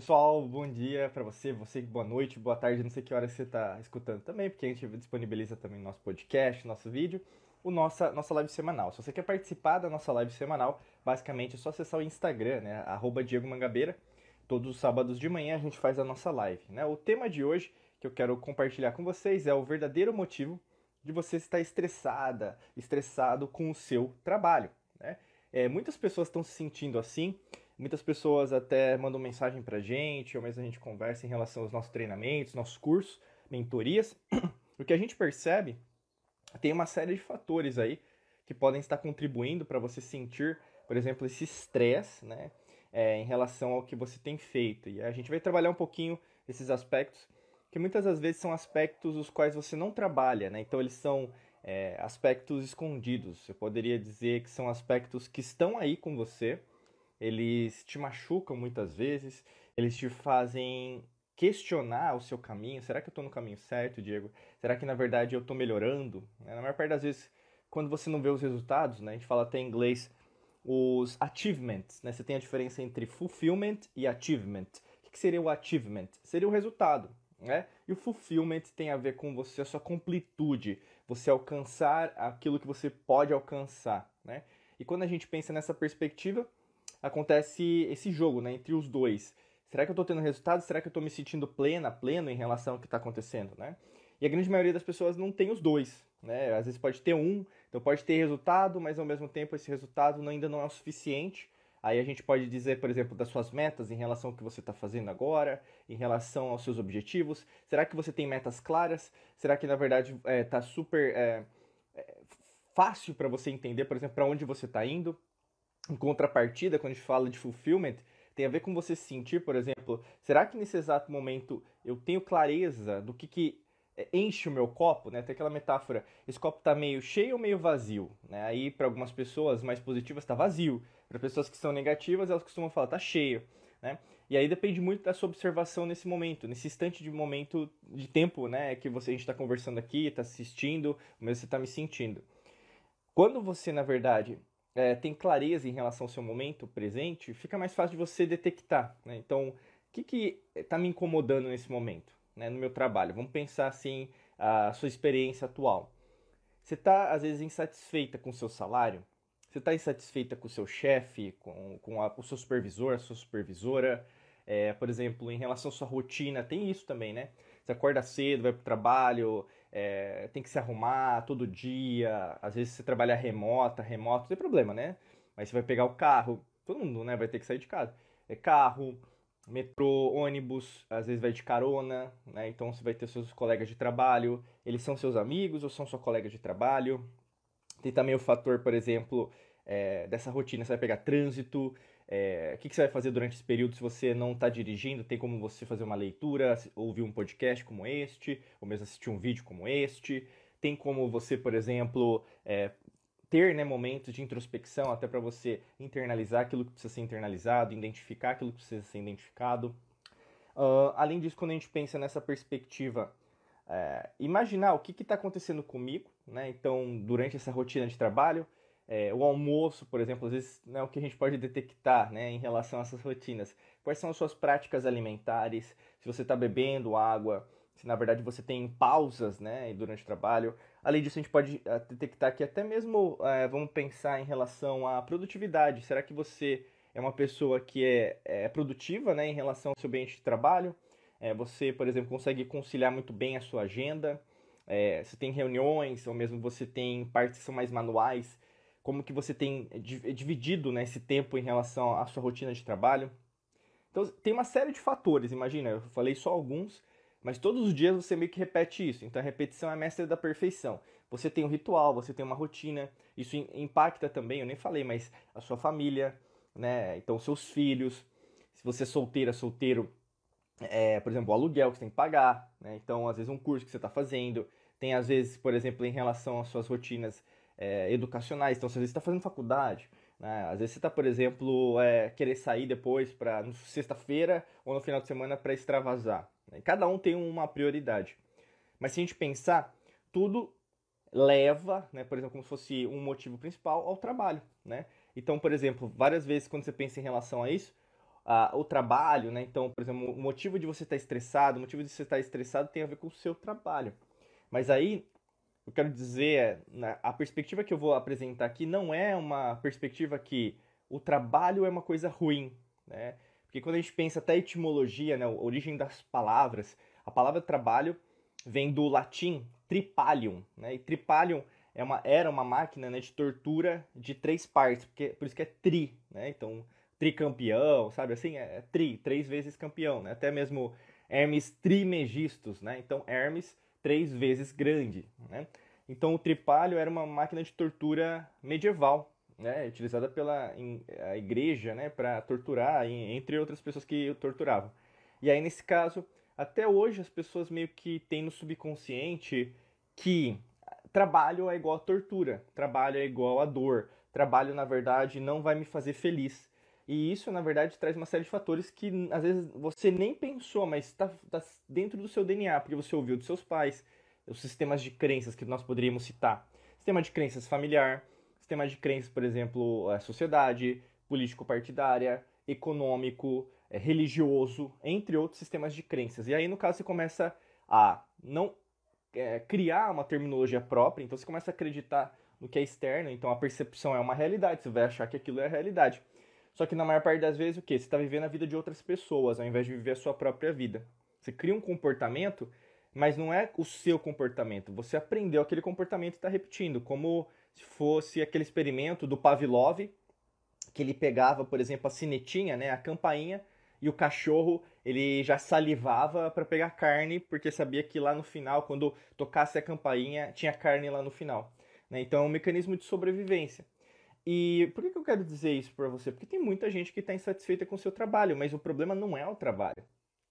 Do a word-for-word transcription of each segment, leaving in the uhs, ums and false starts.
Pessoal, bom dia pra você, você boa noite, boa tarde, não sei que hora você está escutando também, porque a gente disponibiliza também nosso podcast, nosso vídeo, o nossa, nossa live semanal. Se você quer participar da nossa live semanal, basicamente é só acessar o Instagram, né, arroba Diego Mangabeira. Todos os sábados de manhã a gente faz a nossa live, né? O tema de hoje que eu quero compartilhar com vocês é o verdadeiro motivo de você estar estressada, estressado com o seu trabalho, né? É, muitas pessoas estão se sentindo assim. Muitas pessoas até mandam mensagem pra gente, ou mesmo a gente conversa em relação aos nossos treinamentos, nossos cursos, mentorias. O que a gente percebe, tem uma série de fatores aí que podem estar contribuindo para você sentir, por exemplo, esse estresse, né, é, em relação ao que você tem feito. E a gente vai trabalhar um pouquinho esses aspectos, que muitas das vezes são aspectos os quais você não trabalha, né? Então eles são é, aspectos escondidos. Eu poderia dizer que são aspectos que estão aí com você, eles te machucam muitas vezes, eles te fazem questionar o seu caminho. Será que eu estou no caminho certo, Diego? Será que na verdade eu estou melhorando? Na maior parte das vezes, quando você não vê os resultados, né, a gente fala até em inglês os achievements, né? Você tem a diferença entre fulfillment e achievement. O que seria o achievement? Seria o resultado, né? E o fulfillment tem a ver com você, a sua completude, você alcançar aquilo que você pode alcançar, né? E quando a gente pensa nessa perspectiva, acontece esse jogo, né, entre os dois. Será que eu estou tendo resultado? Será que eu estou me sentindo plena, pleno em relação ao que está acontecendo, né? E a grande maioria das pessoas não tem os dois, né? Às vezes pode ter um, então pode ter resultado, mas ao mesmo tempo esse resultado ainda não é o suficiente. Aí a gente pode dizer, por exemplo, das suas metas em relação ao que você está fazendo agora, em relação aos seus objetivos. Será que você tem metas claras? Será que na verdade está é, super é, é, fácil para você entender, por exemplo, para onde você está indo? Em contrapartida, quando a gente fala de fulfillment, tem a ver com você sentir, por exemplo, será que nesse exato momento eu tenho clareza do que, que é, enche o meu copo, né? Tem aquela metáfora, esse copo está meio cheio ou meio vazio, né? Aí para algumas pessoas mais positivas está vazio, para pessoas que são negativas elas costumam falar está cheio, né? E aí depende muito da sua observação nesse momento, nesse instante de momento de tempo, né? Que você a gente está conversando aqui, está assistindo, mas você está me sentindo. Quando você, na verdade, é, tem clareza em relação ao seu momento presente, fica mais fácil de você detectar, né? Então, o que que está me incomodando nesse momento, né, no meu trabalho? Vamos pensar assim, a sua experiência atual. Você está, às vezes, insatisfeita com o seu salário? Você está insatisfeita com o seu chefe, com, com a- o seu supervisor, a sua supervisora? É, por exemplo, em relação à sua rotina, tem isso também, né? Você acorda cedo, vai para o trabalho, é, tem que se arrumar todo dia. Às vezes você trabalha remota, remoto, não tem problema, né? Mas você vai pegar o carro, todo mundo, né, vai ter que sair de casa. É carro, metrô, ônibus, às vezes vai de carona, né? Então você vai ter seus colegas de trabalho, eles são seus amigos ou são sua colega de trabalho? Tem também o fator, por exemplo, é, dessa rotina. Você vai pegar trânsito. É, o que, que você vai fazer durante esse período se você não está dirigindo? Tem como você fazer uma leitura, ouvir um podcast como este, ou mesmo assistir um vídeo como este. Tem como você, por exemplo, é, ter, né, momentos de introspecção até para você internalizar aquilo que precisa ser internalizado, identificar aquilo que precisa ser identificado. Uh, além disso, quando a gente pensa nessa perspectiva, é, imaginar o que está acontecendo comigo, né? Então, durante essa rotina de trabalho, é, o almoço, por exemplo, às vezes não é o que a gente pode detectar, né, em relação a essas rotinas. Quais são as suas práticas alimentares? Se você está bebendo água, se na verdade você tem pausas, né, durante o trabalho. Além disso, a gente pode uh, detectar que até mesmo, uh, vamos pensar em relação à produtividade. Será que você é uma pessoa que é, é produtiva, né, em relação ao seu ambiente de trabalho? É, você, por exemplo, consegue conciliar muito bem a sua agenda? É, você tem reuniões, ou mesmo você tem partes que são mais manuais? Como que você tem dividido, né, esse tempo em relação à sua rotina de trabalho? Então, tem uma série de fatores, imagina, eu falei só alguns, mas todos os dias você meio que repete isso. Então, a repetição é a mestra da perfeição. Você tem um ritual, você tem uma rotina, isso impacta também, eu nem falei, mas a sua família, né? Então, seus filhos, se você é solteira, solteiro, é, por exemplo, o aluguel que você tem que pagar, né? Então, às vezes, um curso que você está fazendo, tem, às vezes, por exemplo, em relação às suas rotinas é, educacionais, então, às vezes, você está fazendo faculdade, né? Às vezes, você está, por exemplo, é, querer sair depois, para sexta-feira ou no final de semana, para extravasar, né? Cada um tem uma prioridade. Mas, se a gente pensar, tudo leva, né, por exemplo, como se fosse um motivo principal, ao trabalho, né? Então, por exemplo, várias vezes, quando você pensa em relação a isso, a, o trabalho, né? Então, por exemplo, o motivo de você estar estressado, o motivo de você estar estressado tem a ver com o seu trabalho. Mas aí, eu quero dizer, é, né, a perspectiva que eu vou apresentar aqui não é uma perspectiva que o trabalho é uma coisa ruim, né? Porque quando a gente pensa até a etimologia, né, a origem das palavras, a palavra trabalho vem do latim tripalium, né? E tripalium é uma, era uma máquina, né, de tortura de três partes, porque, por isso que é tri, né? Então, tricampeão, sabe assim? É, é tri, três vezes campeão, né? Até mesmo Hermes Trimegistus, né? Então, Hermes três vezes grande, né? Então o tripalho era uma máquina de tortura medieval, né, utilizada pela a igreja, né, para torturar, entre outras pessoas que o torturavam. E aí nesse caso, até hoje as pessoas meio que têm no subconsciente que trabalho é igual a tortura, trabalho é igual a dor, trabalho na verdade não vai me fazer feliz. E isso, na verdade, traz uma série de fatores que às vezes você nem pensou, mas está tá dentro do seu D N A, porque você ouviu dos seus pais, os sistemas de crenças que nós poderíamos citar. Sistema de crenças familiar, sistema de crenças, por exemplo, a sociedade, político-partidária, econômico, é, religioso, entre outros sistemas de crenças. E aí, no caso, você começa a não é, criar uma terminologia própria, então você começa a acreditar no que é externo, então a percepção é uma realidade, você vai achar que aquilo é a realidade. Só que na maior parte das vezes, o quê? Você está vivendo a vida de outras pessoas, ao invés de viver a sua própria vida. Você cria um comportamento, mas não é o seu comportamento. Você aprendeu aquele comportamento e está repetindo, como se fosse aquele experimento do Pavlov, que ele pegava, por exemplo, a sinetinha, né, a campainha, e o cachorro ele já salivava para pegar carne, porque sabia que lá no final, quando tocasse a campainha, tinha carne lá no final. Né? Então é um mecanismo de sobrevivência. E por que eu quero dizer isso para você? Porque tem muita gente que está insatisfeita com o seu trabalho, mas o problema não é o trabalho.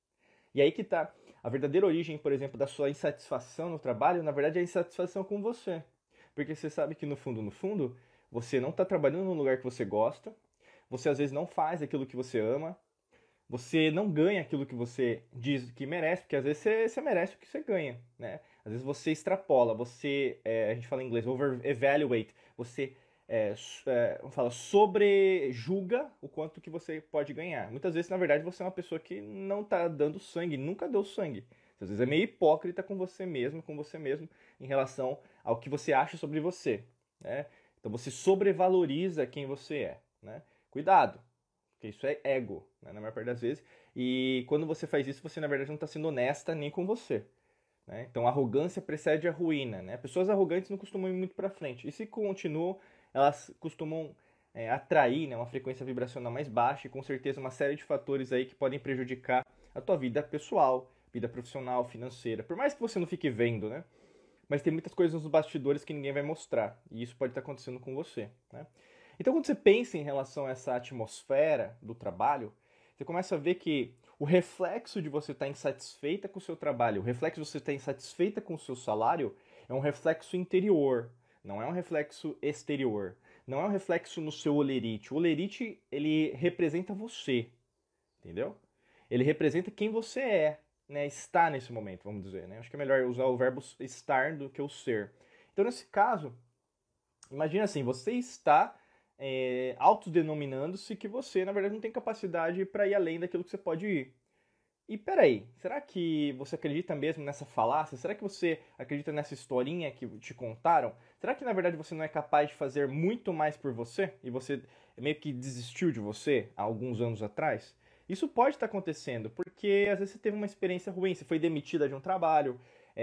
E aí que está a verdadeira origem, por exemplo, da sua insatisfação no trabalho, na verdade é a insatisfação com você. Porque você sabe que no fundo, no fundo, você não está trabalhando num lugar que você gosta, você às vezes não faz aquilo que você ama, você não ganha aquilo que você diz que merece, porque às vezes você, você merece o que você ganha, né? Às vezes você extrapola, você, é, a gente fala em inglês, over-evaluate, você é, é, vamos falar, sobrejuga o quanto que você pode ganhar. Muitas vezes, na verdade, você é uma pessoa que não está dando sangue, nunca deu sangue. Às vezes é meio hipócrita com você mesmo, com você mesmo, em relação ao que você acha sobre você, né? Então você sobrevaloriza quem você é, né? Cuidado, porque isso é ego, né, na maior parte das vezes. E quando você faz isso, você na verdade não está sendo honesta nem com você. Né? Então a arrogância precede a ruína. Né? Pessoas arrogantes não costumam ir muito para frente. E se continuam, elas costumam é, atrair, né, uma frequência vibracional mais baixa e com certeza uma série de fatores aí que podem prejudicar a tua vida pessoal, vida profissional, financeira. Por mais que você não fique vendo, né? Mas tem muitas coisas nos bastidores que ninguém vai mostrar. E isso pode estar acontecendo com você. Né? Então, quando você pensa em relação a essa atmosfera do trabalho, você começa a ver que o reflexo de você estar insatisfeita com o seu trabalho, o reflexo de você estar insatisfeita com o seu salário, é um reflexo interior, não é um reflexo exterior. Não é um reflexo no seu olerite. O olerite, ele representa você, entendeu? Ele representa quem você é, né? Está nesse momento, vamos dizer, né? Acho que é melhor usar o verbo estar do que o ser. Então, nesse caso, imagina assim, você está é, autodenominando-se que você, na verdade, não tem capacidade para ir além daquilo que você pode ir. E peraí, será que você acredita mesmo nessa falácia? Será que você acredita nessa historinha que te contaram? Será que na verdade você não é capaz de fazer muito mais por você? E você meio que desistiu de você há alguns anos atrás? Isso pode estar acontecendo, porque às vezes você teve uma experiência ruim, você foi demitida de um trabalho,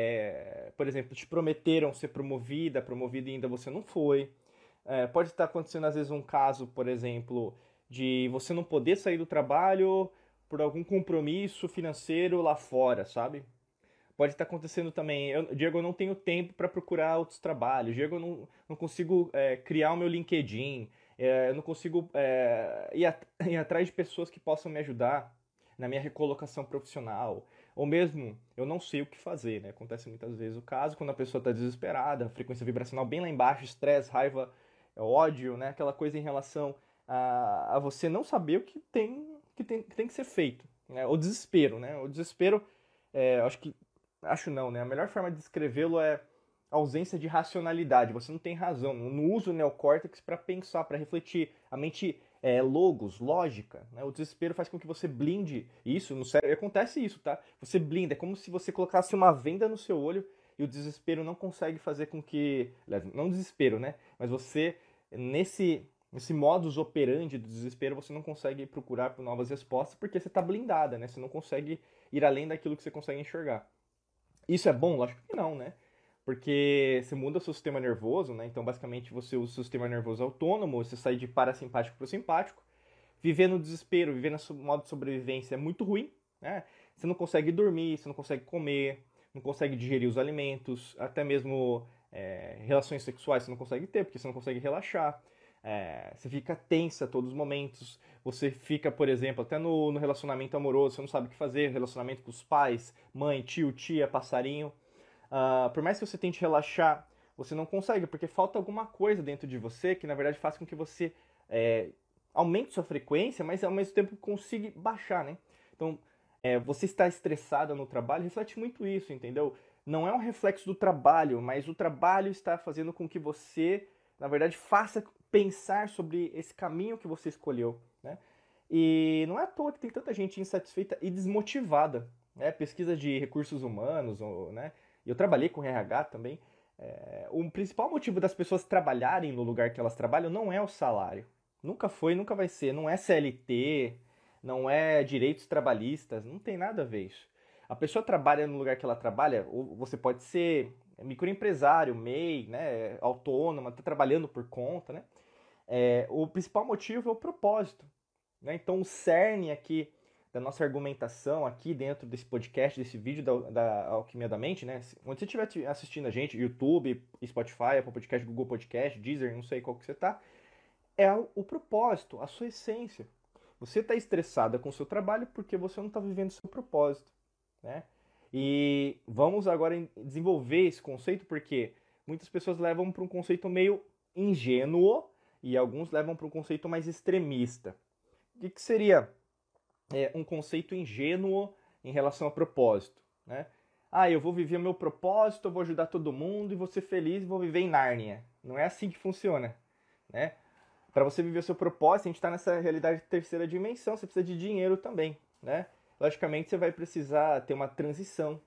é, por exemplo, te prometeram ser promovida, promovido e ainda você não foi. É, pode estar acontecendo às vezes um caso, por exemplo, de você não poder sair do trabalho por algum compromisso financeiro lá fora, sabe? Pode estar acontecendo também, eu, Diego, eu não tenho tempo para procurar outros trabalhos, Diego, eu não, não consigo é, criar o meu LinkedIn, é, eu não consigo é, ir, at ir atrás de pessoas que possam me ajudar na minha recolocação profissional, ou mesmo eu não sei o que fazer, né? Acontece muitas vezes o caso quando a pessoa está desesperada, frequência vibracional bem lá embaixo, estresse, raiva, ódio, né? Aquela coisa em relação a, a você não saber o que tem que tem que, tem que ser feito, né? O desespero, né? O desespero, é, acho que acho não, né? A melhor forma de descrevê-lo é a ausência de racionalidade. Você não tem razão, não usa o neocórtex para pensar, para refletir. A mente é, logos, lógica, né? O desespero faz com que você blinde isso no cérebro. Acontece isso, tá? Você blinda, é como se você colocasse uma venda no seu olho e o desespero não consegue fazer com que... Não desespero, né? Mas você, nesse, nesse modus operandi do desespero, você não consegue procurar por novas respostas porque você está blindada, né? Você não consegue ir além daquilo que você consegue enxergar. Isso é bom? Lógico que não, né? Porque você muda o seu sistema nervoso, né? Então, basicamente, você usa o seu sistema nervoso autônomo, você sai de parasimpático para o simpático. Viver no desespero, viver no modo de sobrevivência é muito ruim, né? Você não consegue dormir, você não consegue comer, não consegue digerir os alimentos, até mesmo é, relações sexuais você não consegue ter, porque você não consegue relaxar. É, você fica tensa a todos os momentos. Você fica, por exemplo, até no, no relacionamento amoroso, você não sabe o que fazer, relacionamento com os pais, mãe, tio, tia, passarinho. Uh, por mais que você tente relaxar, você não consegue, porque falta alguma coisa dentro de você que, na verdade, faz com que você é, aumente sua frequência, mas ao mesmo tempo consiga baixar, né? Então, é, você está estressada no trabalho, reflete muito isso, entendeu? Não é um reflexo do trabalho, mas o trabalho está fazendo com que você, na verdade, faça pensar sobre esse caminho que você escolheu, né? E não é à toa que tem tanta gente insatisfeita e desmotivada, né? Pesquisa de recursos humanos, né? Eu trabalhei com R H também. É, o principal motivo das pessoas trabalharem no lugar que elas trabalham não é o salário. Nunca foi, nunca vai ser. Não é C L T, não é direitos trabalhistas, não tem nada a ver isso. A pessoa trabalha no lugar que ela trabalha, ou você pode ser microempresário, M E I, né, autônoma, está trabalhando por conta, né? É, o principal motivo é o propósito, né? Então o cerne aqui da nossa argumentação aqui dentro desse podcast, desse vídeo da, da Alquimia da Mente, né? Onde você estiver assistindo a gente, YouTube, Spotify, Apple Podcast, Google Podcast, Deezer, não sei qual que você tá, é o, o propósito, a sua essência. Você está estressada com o seu trabalho porque você não está vivendo o seu propósito, né? E vamos agora desenvolver esse conceito porque muitas pessoas levam para um conceito meio ingênuo e alguns levam para um conceito mais extremista. O que, que seria é, um conceito ingênuo em relação a propósito, né? Ah, eu vou viver o meu propósito, eu vou ajudar todo mundo e vou ser feliz e vou viver em Nárnia. Não é assim que funciona, né? Para você viver o seu propósito, a gente está nessa realidade de terceira dimensão, você precisa de dinheiro também, né? Logicamente, você vai precisar ter uma transição.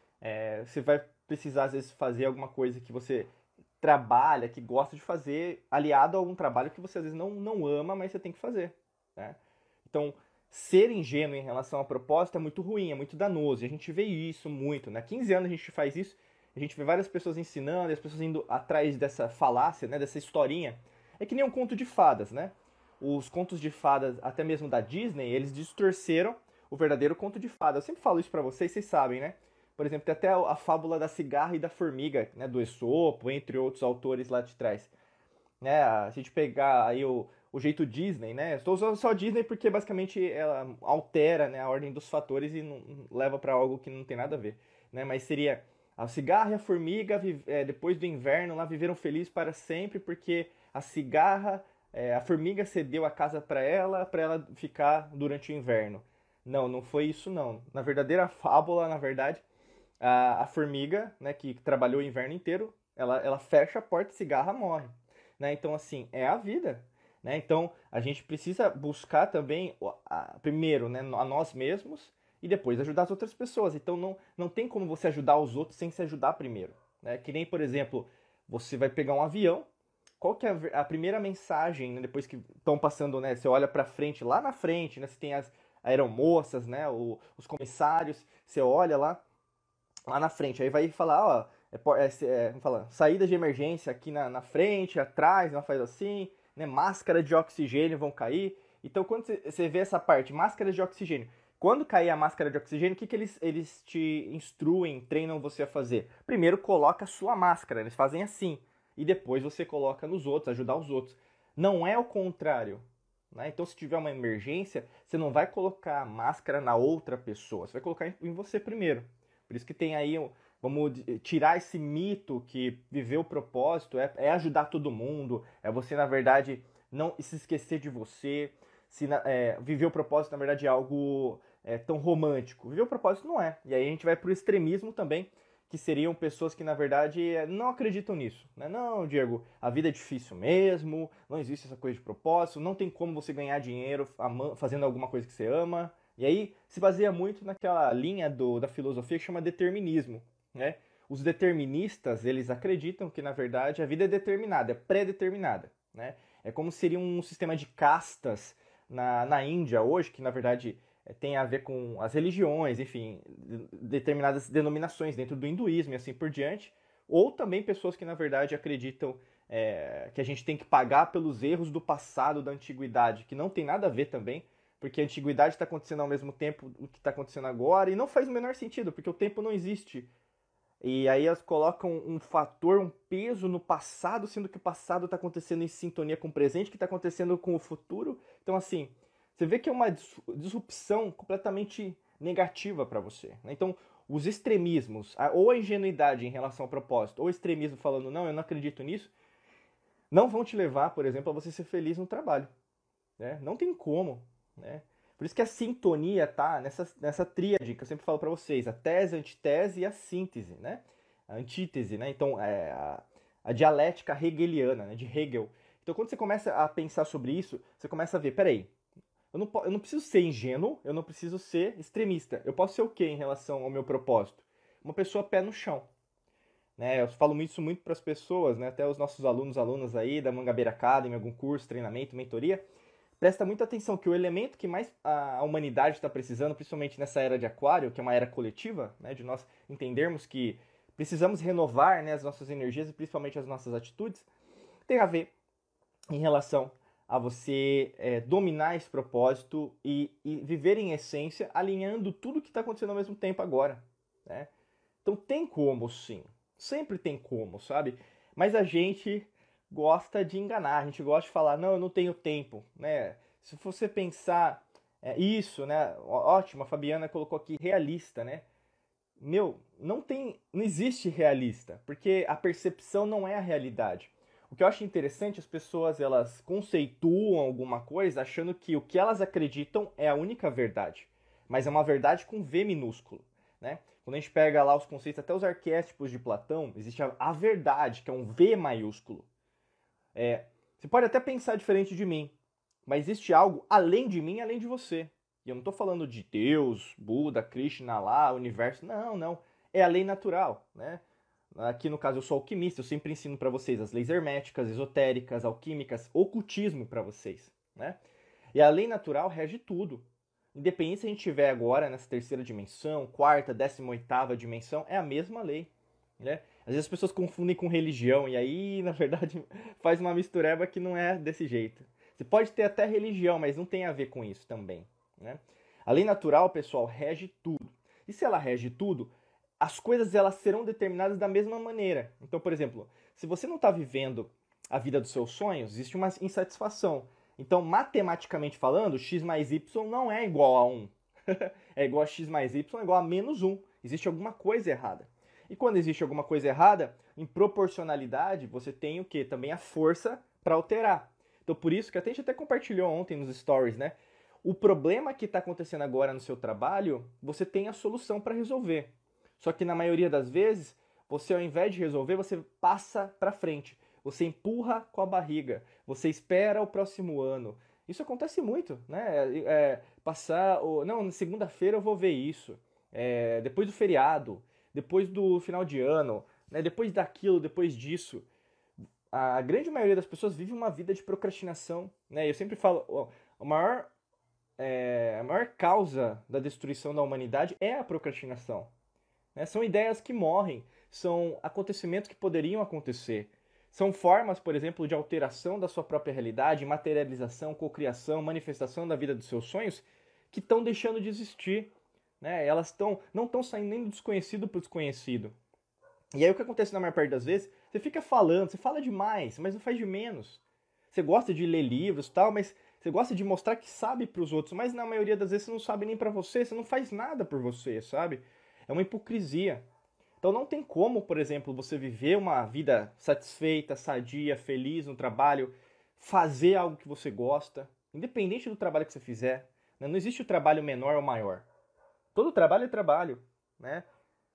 É, você vai precisar, às vezes, fazer alguma coisa que você trabalha, que gosta de fazer, aliado a algum trabalho que você, às vezes, não, não ama, mas você tem que fazer, né? Então, ser ingênuo em relação ao propósito é muito ruim, é muito danoso. E a gente vê isso muito, né? quinze anos a gente faz isso, a gente vê várias pessoas ensinando, e as pessoas indo atrás dessa falácia, né? Dessa historinha. É que nem um conto de fadas, né? Os contos de fadas, até mesmo da Disney, eles distorceram o verdadeiro conto de fadas. Eu sempre falo isso pra vocês, vocês sabem, né? Por exemplo, tem até a fábula da cigarra e da formiga, né? Do Esopo, entre outros autores lá de trás. Né? A gente pegar aí o, o jeito Disney, né? Estou usando só Disney porque basicamente ela altera, né, a ordem dos fatores e não, leva para algo que não tem nada a ver, né? Mas seria a cigarra e a formiga é, depois do inverno lá viveram felizes para sempre porque a cigarra, é, a formiga cedeu a casa para ela, para ela ficar durante o inverno. Não, não foi isso não. Na verdadeira fábula, na verdade, a, a formiga, né, que trabalhou o inverno inteiro, ela, ela fecha a porta, a cigarra morre. Né? Então, assim, é a vida. Né? Então, a gente precisa buscar também, a, primeiro, né, a nós mesmos e depois ajudar as outras pessoas. Então, não, não tem como você ajudar os outros sem se ajudar primeiro. Né? Que nem, por exemplo, você vai pegar um avião, qual que é a, a primeira mensagem, né, depois que estão passando, né, você olha para frente, lá na frente, né, você tem as aeromoças, né, o, os comissários, você olha lá, lá na frente, aí vai falar, ó, é, é, é, fala, saída de emergência aqui na, na frente, atrás, ela faz assim, né, máscara de oxigênio vão cair. Então, quando você vê essa parte, máscara de oxigênio, quando cair a máscara de oxigênio, o que, que eles, eles te instruem, treinam você a fazer? Primeiro, coloca a sua máscara, eles fazem assim, e depois você coloca nos outros, ajudar os outros. Não é o contrário. Né? Então, se tiver uma emergência, você não vai colocar a máscara na outra pessoa, você vai colocar em, em você primeiro. Por isso que tem aí, vamos tirar esse mito que viver o propósito é, é ajudar todo mundo, é você, na verdade, não se esquecer de você. Se, é, viver o propósito, na verdade, é algo é, tão romântico. Viver o propósito não é. E aí a gente vai pro extremismo também, que seriam pessoas que, na verdade, não acreditam nisso. Né? Não, Diego, a vida é difícil mesmo, não existe essa coisa de propósito, não tem como você ganhar dinheiro fazendo alguma coisa que você ama. E aí se baseia muito naquela linha do, da filosofia que chama determinismo. Né? Os deterministas, eles acreditam que, na verdade, a vida é determinada, é pré-determinada. Né? É como se seria um sistema de castas na, na Índia hoje, que, na verdade, tem a ver com as religiões, enfim, determinadas denominações dentro do hinduísmo e assim por diante, ou também pessoas que, na verdade, acreditam é, que a gente tem que pagar pelos erros do passado, da antiguidade, que não tem nada a ver também, porque a antiguidade está acontecendo ao mesmo tempo o que está acontecendo agora, e não faz o menor sentido, porque o tempo não existe. E aí elas colocam um fator, um peso no passado, sendo que o passado está acontecendo em sintonia com o presente, que está acontecendo com o futuro. Então, assim, você vê que é uma disrupção completamente negativa para você. Né? Então, os extremismos, ou a ingenuidade em relação ao propósito, ou o extremismo falando, não, eu não acredito nisso, não vão te levar, por exemplo, a você ser feliz no trabalho. Né? Não tem como. Né? Por isso que a sintonia tá nessa, nessa tríade que eu sempre falo para vocês, a tese, a antitese e a síntese, né? A antítese, né? Então, é a, a dialética hegeliana, né? De Hegel. Então, quando você começa a pensar sobre isso, você começa a ver, peraí, eu não, eu não preciso ser ingênuo, eu não preciso ser extremista. Eu posso ser o quê em relação ao meu propósito? Uma pessoa pé no chão. Né? Eu falo isso muito para as pessoas, né? Até os nossos alunos, alunas aí da Mangabeira Academy, algum curso, treinamento, mentoria. Presta muita atenção que o elemento que mais a humanidade está precisando, principalmente nessa era de aquário, que é uma era coletiva, né, de nós entendermos que precisamos renovar, né, as nossas energias e principalmente as nossas atitudes, tem a ver em relação a você é, dominar esse propósito e, e viver em essência, alinhando tudo que está acontecendo ao mesmo tempo agora. Né? Então tem como sim, sempre tem como, sabe? Mas a gente gosta de enganar, a gente gosta de falar, não, eu não tenho tempo, né? Se você pensar é, isso, né? Ótimo, a Fabiana colocou aqui realista, né? Meu, não tem, não existe realista, porque a percepção não é a realidade. O que eu acho interessante, as pessoas elas conceituam alguma coisa achando que o que elas acreditam é a única verdade, mas é uma verdade com V minúsculo, né? Quando a gente pega lá os conceitos, até os arquétipos de Platão, existe a, a verdade, que é um V maiúsculo. É, você pode até pensar diferente de mim, mas existe algo além de mim, além de você. E eu não estou falando de Deus, Buda, Krishna, lá, universo. Não, não. É a lei natural, né? Aqui no caso eu sou alquimista, eu sempre ensino para vocês as leis herméticas, esotéricas, alquímicas, ocultismo para vocês, né? E a lei natural rege tudo. Independente se a gente estiver agora nessa terceira dimensão, quarta, décima oitava dimensão, é a mesma lei, né? Às vezes as pessoas confundem com religião e aí, na verdade, faz uma mistureba que não é desse jeito. Você pode ter até religião, mas não tem a ver com isso também, né? A lei natural, pessoal, rege tudo. E se ela rege tudo, as coisas elas serão determinadas da mesma maneira. Então, por exemplo, se você não está vivendo a vida dos seus sonhos, existe uma insatisfação. Então, matematicamente falando, x mais y não é igual a um. É igual a x mais y é igual a menos um. Existe alguma coisa errada. E quando existe alguma coisa errada, em proporcionalidade, você tem o quê? Também a força para alterar. Então, por isso que até a gente até compartilhou ontem nos stories, né? O problema que está acontecendo agora no seu trabalho, você tem a solução para resolver. Só que na maioria das vezes, você ao invés de resolver, você passa para frente. Você empurra com a barriga. Você espera o próximo ano. Isso acontece muito, né? É, passar... O... Não, na segunda-feira eu vou ver isso. É, depois do feriado. Depois do final de ano. Né? Depois daquilo, depois disso. A grande maioria das pessoas vive uma vida de procrastinação. Né? Eu sempre falo... Ó, a maior... É, a maior causa da destruição da humanidade é a procrastinação. Né? São ideias que morrem, são acontecimentos que poderiam acontecer. São formas, por exemplo, de alteração da sua própria realidade, materialização, cocriação, manifestação da vida dos seus sonhos, que estão deixando de existir. Né? Elas tão, não estão saindo nem do desconhecido para o desconhecido. E aí o que acontece na maior parte das vezes, você fica falando, você fala demais, mas não faz de menos. Você gosta de ler livros e tal, mas você gosta de mostrar que sabe para os outros, mas na maioria das vezes você não sabe nem para você, você não faz nada por você, sabe? É uma hipocrisia. Então não tem como, por exemplo, você viver uma vida satisfeita, sadia, feliz no trabalho, fazer algo que você gosta, independente do trabalho que você fizer. Né? Não existe o trabalho menor ou maior. Todo trabalho é trabalho, né?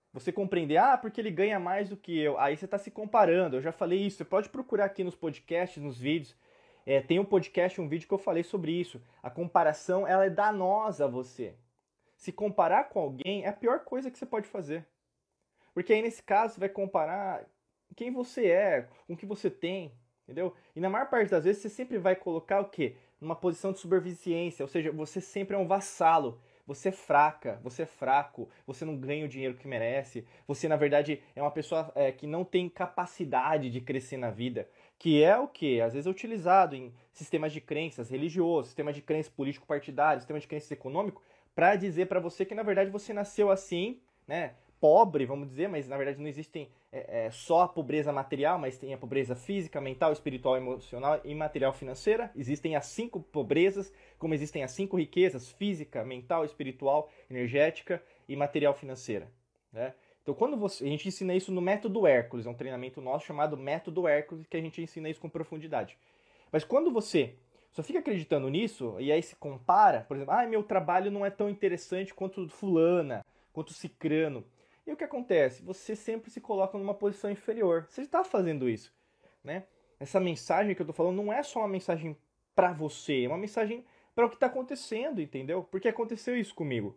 Você compreender, ah, porque ele ganha mais do que eu. Aí você está se comparando. Eu já falei isso. Você pode procurar aqui nos podcasts, nos vídeos. É, tem um podcast, um vídeo que eu falei sobre isso. A comparação, ela é danosa a você. Se comparar com alguém é a pior coisa que você pode fazer. Porque aí, nesse caso, você vai comparar quem você é, com o que você tem, entendeu? E na maior parte das vezes, você sempre vai colocar o quê? Numa posição de subserviência, ou seja, você sempre é um vassalo. Você é fraca, você é fraco, você não ganha o dinheiro que merece, você, na verdade, é uma pessoa é, que não tem capacidade de crescer na vida, que é o que? Às vezes é utilizado em sistemas de crenças religiosos, sistemas de crenças político-partidários, sistemas de crenças econômico, para dizer para você que, na verdade, você nasceu assim, né? Pobre, vamos dizer, mas na verdade não existem é, é, só a pobreza material, mas tem a pobreza física, mental, espiritual, emocional e material financeira. Existem as cinco pobrezas, como existem as cinco riquezas, física, mental, espiritual, energética e material financeira. Né? Então, quando você, a gente ensina isso no Método Hércules, é um treinamento nosso chamado Método Hércules, que a gente ensina isso com profundidade. Mas quando você só fica acreditando nisso, e aí se compara, por exemplo, ah, meu trabalho não é tão interessante quanto fulana, quanto cicrano. E o que acontece? Você sempre se coloca numa posição inferior. Você está fazendo isso, né? Essa mensagem que eu estou falando não é só uma mensagem para você, é uma mensagem para o que está acontecendo, entendeu? Porque aconteceu isso comigo,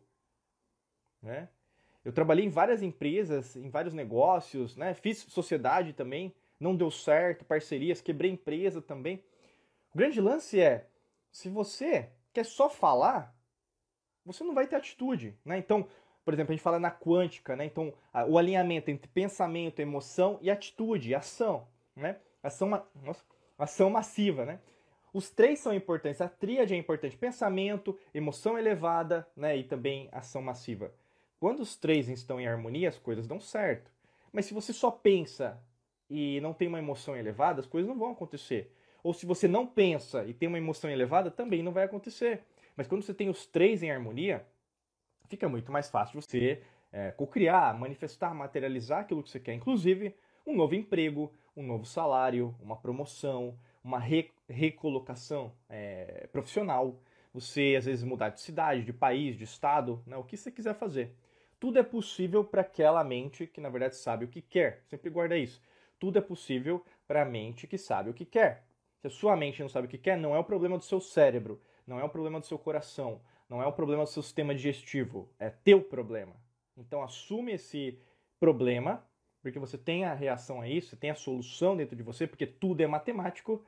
né? Eu trabalhei em várias empresas, em vários negócios, né? Fiz sociedade também, não deu certo, parcerias, quebrei empresa também. O grande lance é, se você quer só falar, você não vai ter atitude, né? Então, por exemplo, a gente fala na quântica, né? Então, a, o alinhamento entre pensamento, emoção e atitude, ação, né? Ação, nossa, ação massiva, né? Os três são importantes, a tríade é importante, pensamento, emoção elevada, né? E também ação massiva. Quando os três estão em harmonia, as coisas dão certo. Mas se você só pensa e não tem uma emoção elevada, as coisas não vão acontecer. Ou se você não pensa e tem uma emoção elevada, também não vai acontecer. Mas quando você tem os três em harmonia, fica muito mais fácil você é, cocriar, manifestar, materializar aquilo que você quer. Inclusive, um novo emprego, um novo salário, uma promoção, uma re recolocação é, profissional. Você, às vezes, mudar de cidade, de país, de estado, né, o que você quiser fazer. Tudo é possível para aquela mente que, na verdade, sabe o que quer. Sempre guarda isso. Tudo é possível para a mente que sabe o que quer. Se a sua mente não sabe o que quer, não é o problema do seu cérebro, não é o problema do seu coração, não é o problema do seu sistema digestivo, é teu problema. Então assume esse problema, porque você tem a reação a isso, você tem a solução dentro de você, porque tudo é matemático,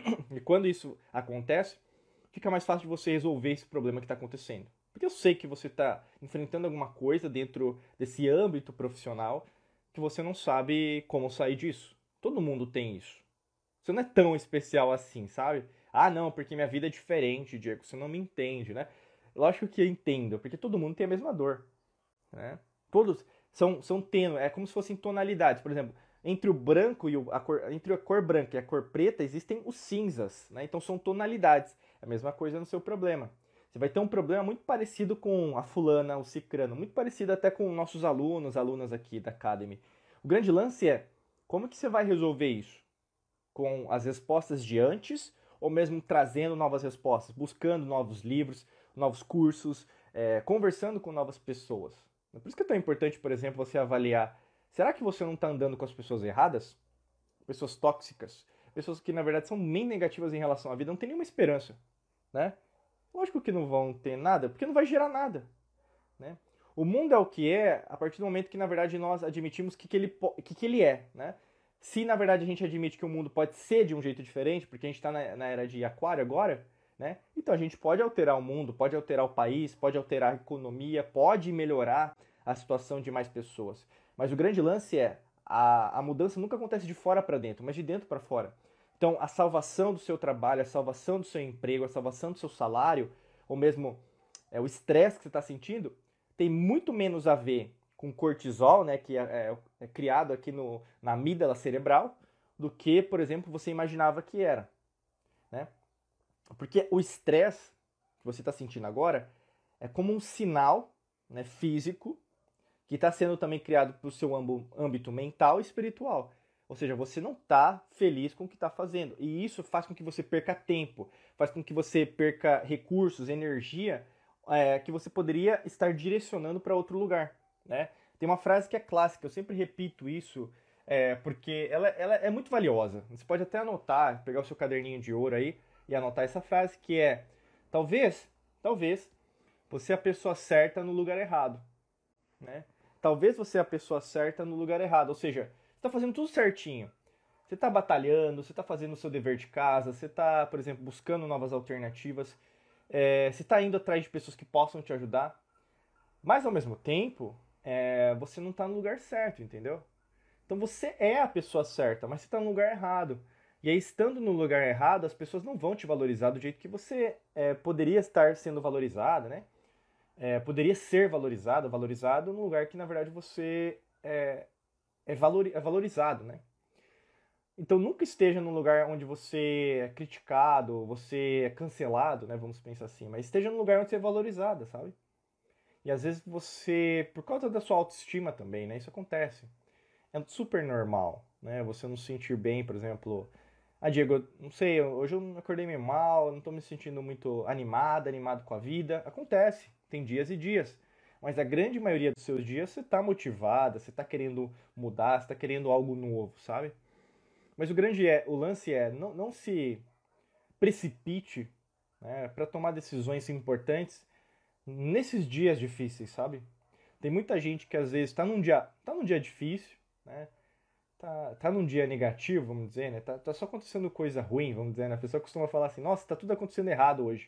e quando isso acontece, fica mais fácil de você resolver esse problema que está acontecendo. Porque eu sei que você está enfrentando alguma coisa dentro desse âmbito profissional que você não sabe como sair disso. Todo mundo tem isso. Você não é tão especial assim, sabe? Ah, não, porque minha vida é diferente, Diego. Você não me entende, né? Lógico que eu entendo, porque todo mundo tem a mesma dor, né? Todos são, são tênues, é como se fossem tonalidades. Por exemplo, entre o branco e o, a cor, entre a cor branca e a cor preta existem os cinzas, né? Então são tonalidades. É a mesma coisa no seu problema. Você vai ter um problema muito parecido com a fulana, o cicrano, muito parecido até com nossos alunos, alunas aqui da Academy. O grande lance é, como que você vai resolver isso? Com as respostas de antes, ou mesmo trazendo novas respostas, buscando novos livros, novos cursos, é, conversando com novas pessoas. Por isso que é tão importante, por exemplo, você avaliar, será que você não está andando com as pessoas erradas? Pessoas tóxicas, pessoas que na verdade são bem negativas em relação à vida, não tem nenhuma esperança, né? Lógico que não vão ter nada, porque não vai gerar nada, né? O mundo é o que é a partir do momento que na verdade nós admitimos que, que, ele, que, que ele é, né? Se na verdade a gente admite que o mundo pode ser de um jeito diferente, porque a gente está na, na era de aquário agora, né? Então a gente pode alterar o mundo, pode alterar o país, pode alterar a economia, pode melhorar a situação de mais pessoas. Mas o grande lance é, a, a mudança nunca acontece de fora para dentro, mas de dentro para fora. Então a salvação do seu trabalho, a salvação do seu emprego, a salvação do seu salário, ou mesmo é, o estresse que você está sentindo, tem muito menos a ver com cortisol, né, que é, é, é criado aqui no, na amígdala cerebral, do que, por exemplo, você imaginava que era, né? Porque o estresse que você está sentindo agora é como um sinal, né, físico que está sendo também criado para o seu âmbito mental e espiritual. Ou seja, você não está feliz com o que está fazendo. E isso faz com que você perca tempo, faz com que você perca recursos, energia, é, que você poderia estar direcionando para outro lugar, né? Tem uma frase que é clássica, eu sempre repito isso, é, porque ela, ela é muito valiosa. Você pode até anotar, pegar o seu caderninho de ouro aí e anotar essa frase, que é: talvez, talvez, você é a pessoa certa no lugar errado, né? Talvez você é a pessoa certa no lugar errado, ou seja, você está fazendo tudo certinho. Você está batalhando, você está fazendo o seu dever de casa, você está, por exemplo, buscando novas alternativas, é, você está indo atrás de pessoas que possam te ajudar, mas ao mesmo tempo, é, você não está no lugar certo, entendeu? Então você é a pessoa certa, mas você está no lugar errado. E aí, estando no lugar errado, as pessoas não vão te valorizar do jeito que você é, poderia estar sendo valorizada, né? É, poderia ser valorizado, valorizado num lugar que, na verdade, você é, é, valori é valorizado, né? Então nunca esteja num lugar onde você é criticado, você é cancelado, né? Vamos pensar assim. Mas esteja num lugar onde você é valorizada, sabe? E às vezes você, por causa da sua autoestima também, né? Isso acontece. É super normal, né? Você não se sentir bem, por exemplo. Ah, Diego, eu não sei, hoje eu acordei meio mal, não tô me sentindo muito animada, animado com a vida. Acontece, tem dias e dias. Mas a grande maioria dos seus dias você tá motivada, você tá querendo mudar, você tá querendo algo novo, sabe? Mas o grande é, o lance é, não, não se precipite, né, para tomar decisões importantes nesses dias difíceis, sabe? Tem muita gente que às vezes está num dia, tá num dia difícil, né? Tá, tá num dia negativo, vamos dizer, né? Tá, tá só acontecendo coisa ruim, vamos dizer, né? A pessoa costuma falar assim, nossa, tá tudo acontecendo errado hoje.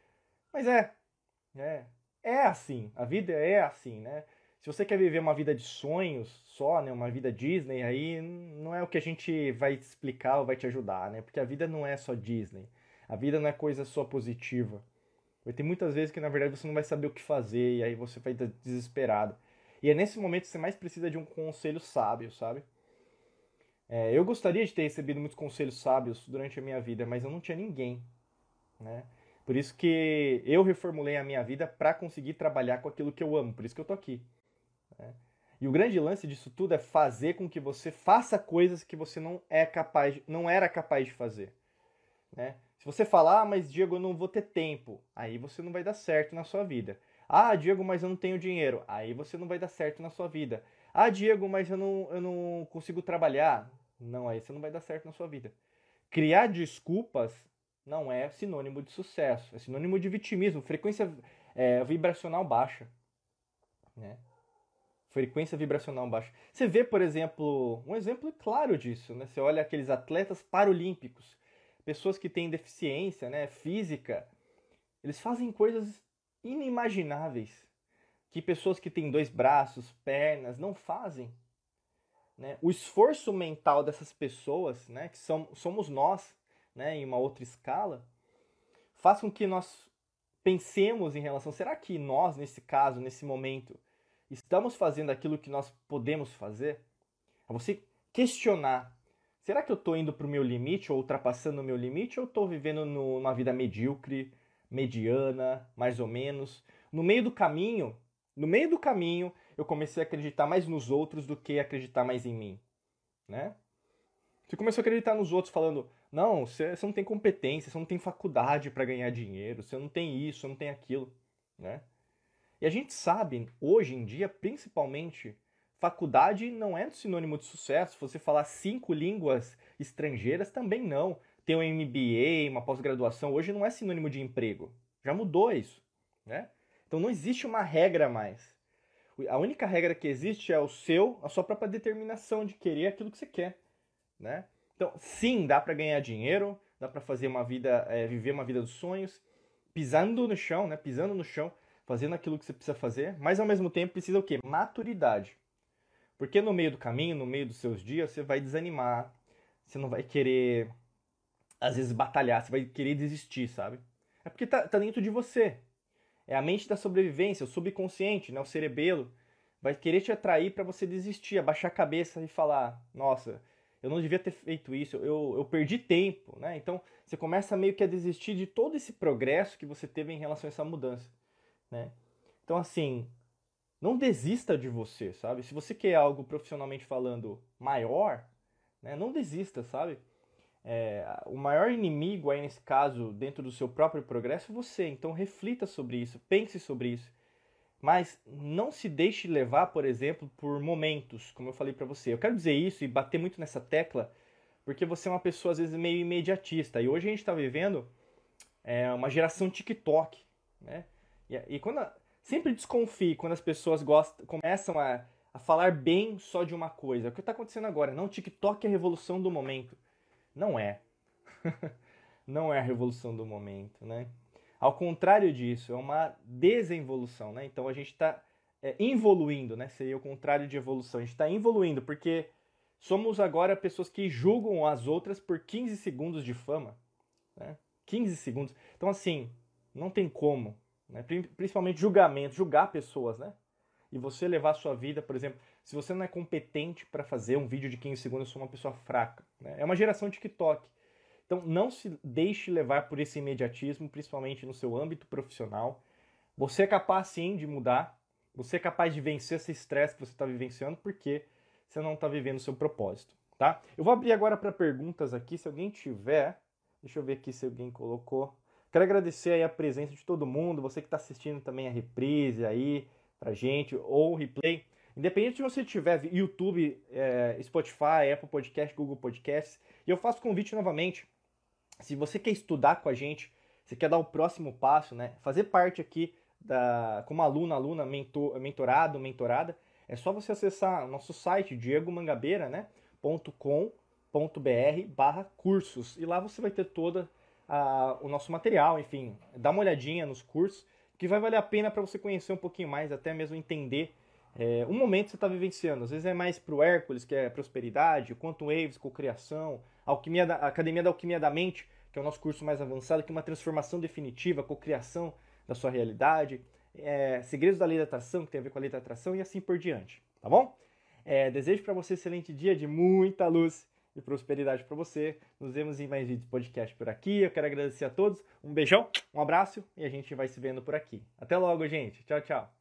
Mas é, é, é assim, a vida é assim, né? Se você quer viver uma vida de sonhos só, né, uma vida Disney, aí não é o que a gente vai te explicar ou vai te ajudar, né? Porque a vida não é só Disney. A vida não é coisa só positiva. Vai ter muitas vezes que na verdade você não vai saber o que fazer e aí você vai estar desesperado. E é nesse momento que você mais precisa de um conselho sábio, sabe? É, eu gostaria de ter recebido muitos conselhos sábios durante a minha vida, mas eu não tinha ninguém, né? Por isso que eu reformulei a minha vida para conseguir trabalhar com aquilo que eu amo. Por isso que eu tô aqui, né? E o grande lance disso tudo é fazer com que você faça coisas que você não é capaz, de, não era capaz de fazer, né? Se você falar, ah, mas Diego, eu não vou ter tempo, aí você não vai dar certo na sua vida. Ah, Diego, mas eu não tenho dinheiro, aí você não vai dar certo na sua vida. Ah, Diego, mas eu não, eu não consigo trabalhar. Não, aí você não vai dar certo na sua vida. Criar desculpas não é sinônimo de sucesso, é sinônimo de vitimismo, frequência é, vibracional baixa, né? Frequência vibracional baixa. Você vê, por exemplo, um exemplo claro disso, né? Você olha aqueles atletas paralímpicos, pessoas que têm deficiência, né, física, eles fazem coisas inimagináveis que pessoas que têm dois braços, pernas, não fazem, né? O esforço mental dessas pessoas, né, que são, somos nós, né, em uma outra escala, faz com que nós pensemos em relação, será que nós, nesse caso, nesse momento, estamos fazendo aquilo que nós podemos fazer? É você questionar, será que eu estou indo para o meu limite ou ultrapassando o meu limite ou estou vivendo numa vida medíocre, mediana, mais ou menos? No meio do caminho, no meio do caminho, eu comecei a acreditar mais nos outros do que acreditar mais em mim, né? Você começou a acreditar nos outros falando, não, você, você não tem competência, você não tem faculdade para ganhar dinheiro, você não tem isso, você não tem aquilo, né? E a gente sabe, hoje em dia, principalmente, faculdade não é sinônimo de sucesso. Você falar cinco línguas estrangeiras também não. Ter um M B A, uma pós-graduação, hoje não é sinônimo de emprego. Já mudou isso, né? Então não existe uma regra mais. A única regra que existe é o seu, a sua própria determinação de querer aquilo que você quer, né? Então, sim, dá para ganhar dinheiro, dá para fazer uma vida, é, viver uma vida dos sonhos, pisando no chão, né? Pisando no chão, fazendo aquilo que você precisa fazer, mas ao mesmo tempo precisa o quê? Maturidade. Porque no meio do caminho, no meio dos seus dias, você vai desanimar, você não vai querer, às vezes, batalhar, você vai querer desistir, sabe? É porque tá, tá dentro de você. É a mente da sobrevivência, o subconsciente, né? O cerebelo vai querer te atrair para você desistir, abaixar a cabeça e falar, nossa, eu não devia ter feito isso, eu, eu perdi tempo, né? Então você começa meio que a desistir de todo esse progresso que você teve em relação a essa mudança, né? Então assim, não desista de você, sabe? Se você quer algo profissionalmente falando maior, né, não desista, sabe? É, o maior inimigo aí nesse caso, dentro do seu próprio progresso, é você. Então reflita sobre isso, pense sobre isso. Mas não se deixe levar, por exemplo, por momentos, como eu falei para você. Eu quero dizer isso e bater muito nessa tecla, porque você é uma pessoa, às vezes, meio imediatista. E hoje a gente está vivendo é, uma geração TikTok, né? E, e quando a, sempre desconfie quando as pessoas gostam, começam a, a falar bem só de uma coisa. O que está acontecendo agora? Não, TikTok é a revolução do momento. Não é. Não é a revolução do momento, né? Ao contrário disso, é uma desinvolução, né? Então a gente está é, evoluindo, né? Seria o contrário de evolução. A gente está evoluindo porque somos agora pessoas que julgam as outras por quinze segundos de fama, né? quinze segundos. Então assim, não tem como, né? Principalmente julgamento, julgar pessoas, né? E você levar a sua vida, por exemplo, se você não é competente para fazer um vídeo de quinze segundos, eu sou uma pessoa fraca, né? É uma geração TikTok. Então, não se deixe levar por esse imediatismo, principalmente no seu âmbito profissional. Você é capaz, sim, de mudar. Você é capaz de vencer esse estresse que você está vivenciando, porque você não está vivendo o seu propósito, tá? Eu vou abrir agora para perguntas aqui, se alguém tiver. Deixa eu ver aqui se alguém colocou. Quero agradecer aí a presença de todo mundo, você que está assistindo também a reprise aí pra gente, ou o replay. Independente de você tiver YouTube, é, Spotify, Apple Podcast, Google Podcasts, e eu faço convite novamente. Se você quer estudar com a gente, você quer dar o próximo passo, né? Fazer parte aqui da, como aluno, aluna, mentor, mentorado, mentorada, é só você acessar o nosso site, diego mangabeira, né? .com.br barra cursos. E lá você vai ter todo a, o nosso material, enfim, dá uma olhadinha nos cursos, que vai valer a pena para você conhecer um pouquinho mais, até mesmo entender é, um momento que você está vivenciando. Às vezes é mais pro Hércules, que é prosperidade, Quantum Waves, cocriação, Alquimia da, Academia da Alquimia da Mente, que é o nosso curso mais avançado, que é uma transformação definitiva, cocriação da sua realidade, é, Segredos da Lei da Atração, que tem a ver com a Lei da Atração, e assim por diante, tá bom? É, desejo para você um excelente dia de muita luz e prosperidade para você. Nos vemos em mais vídeos podcast por aqui. Eu quero agradecer a todos. Um beijão, um abraço e a gente vai se vendo por aqui. Até logo, gente. Tchau, tchau.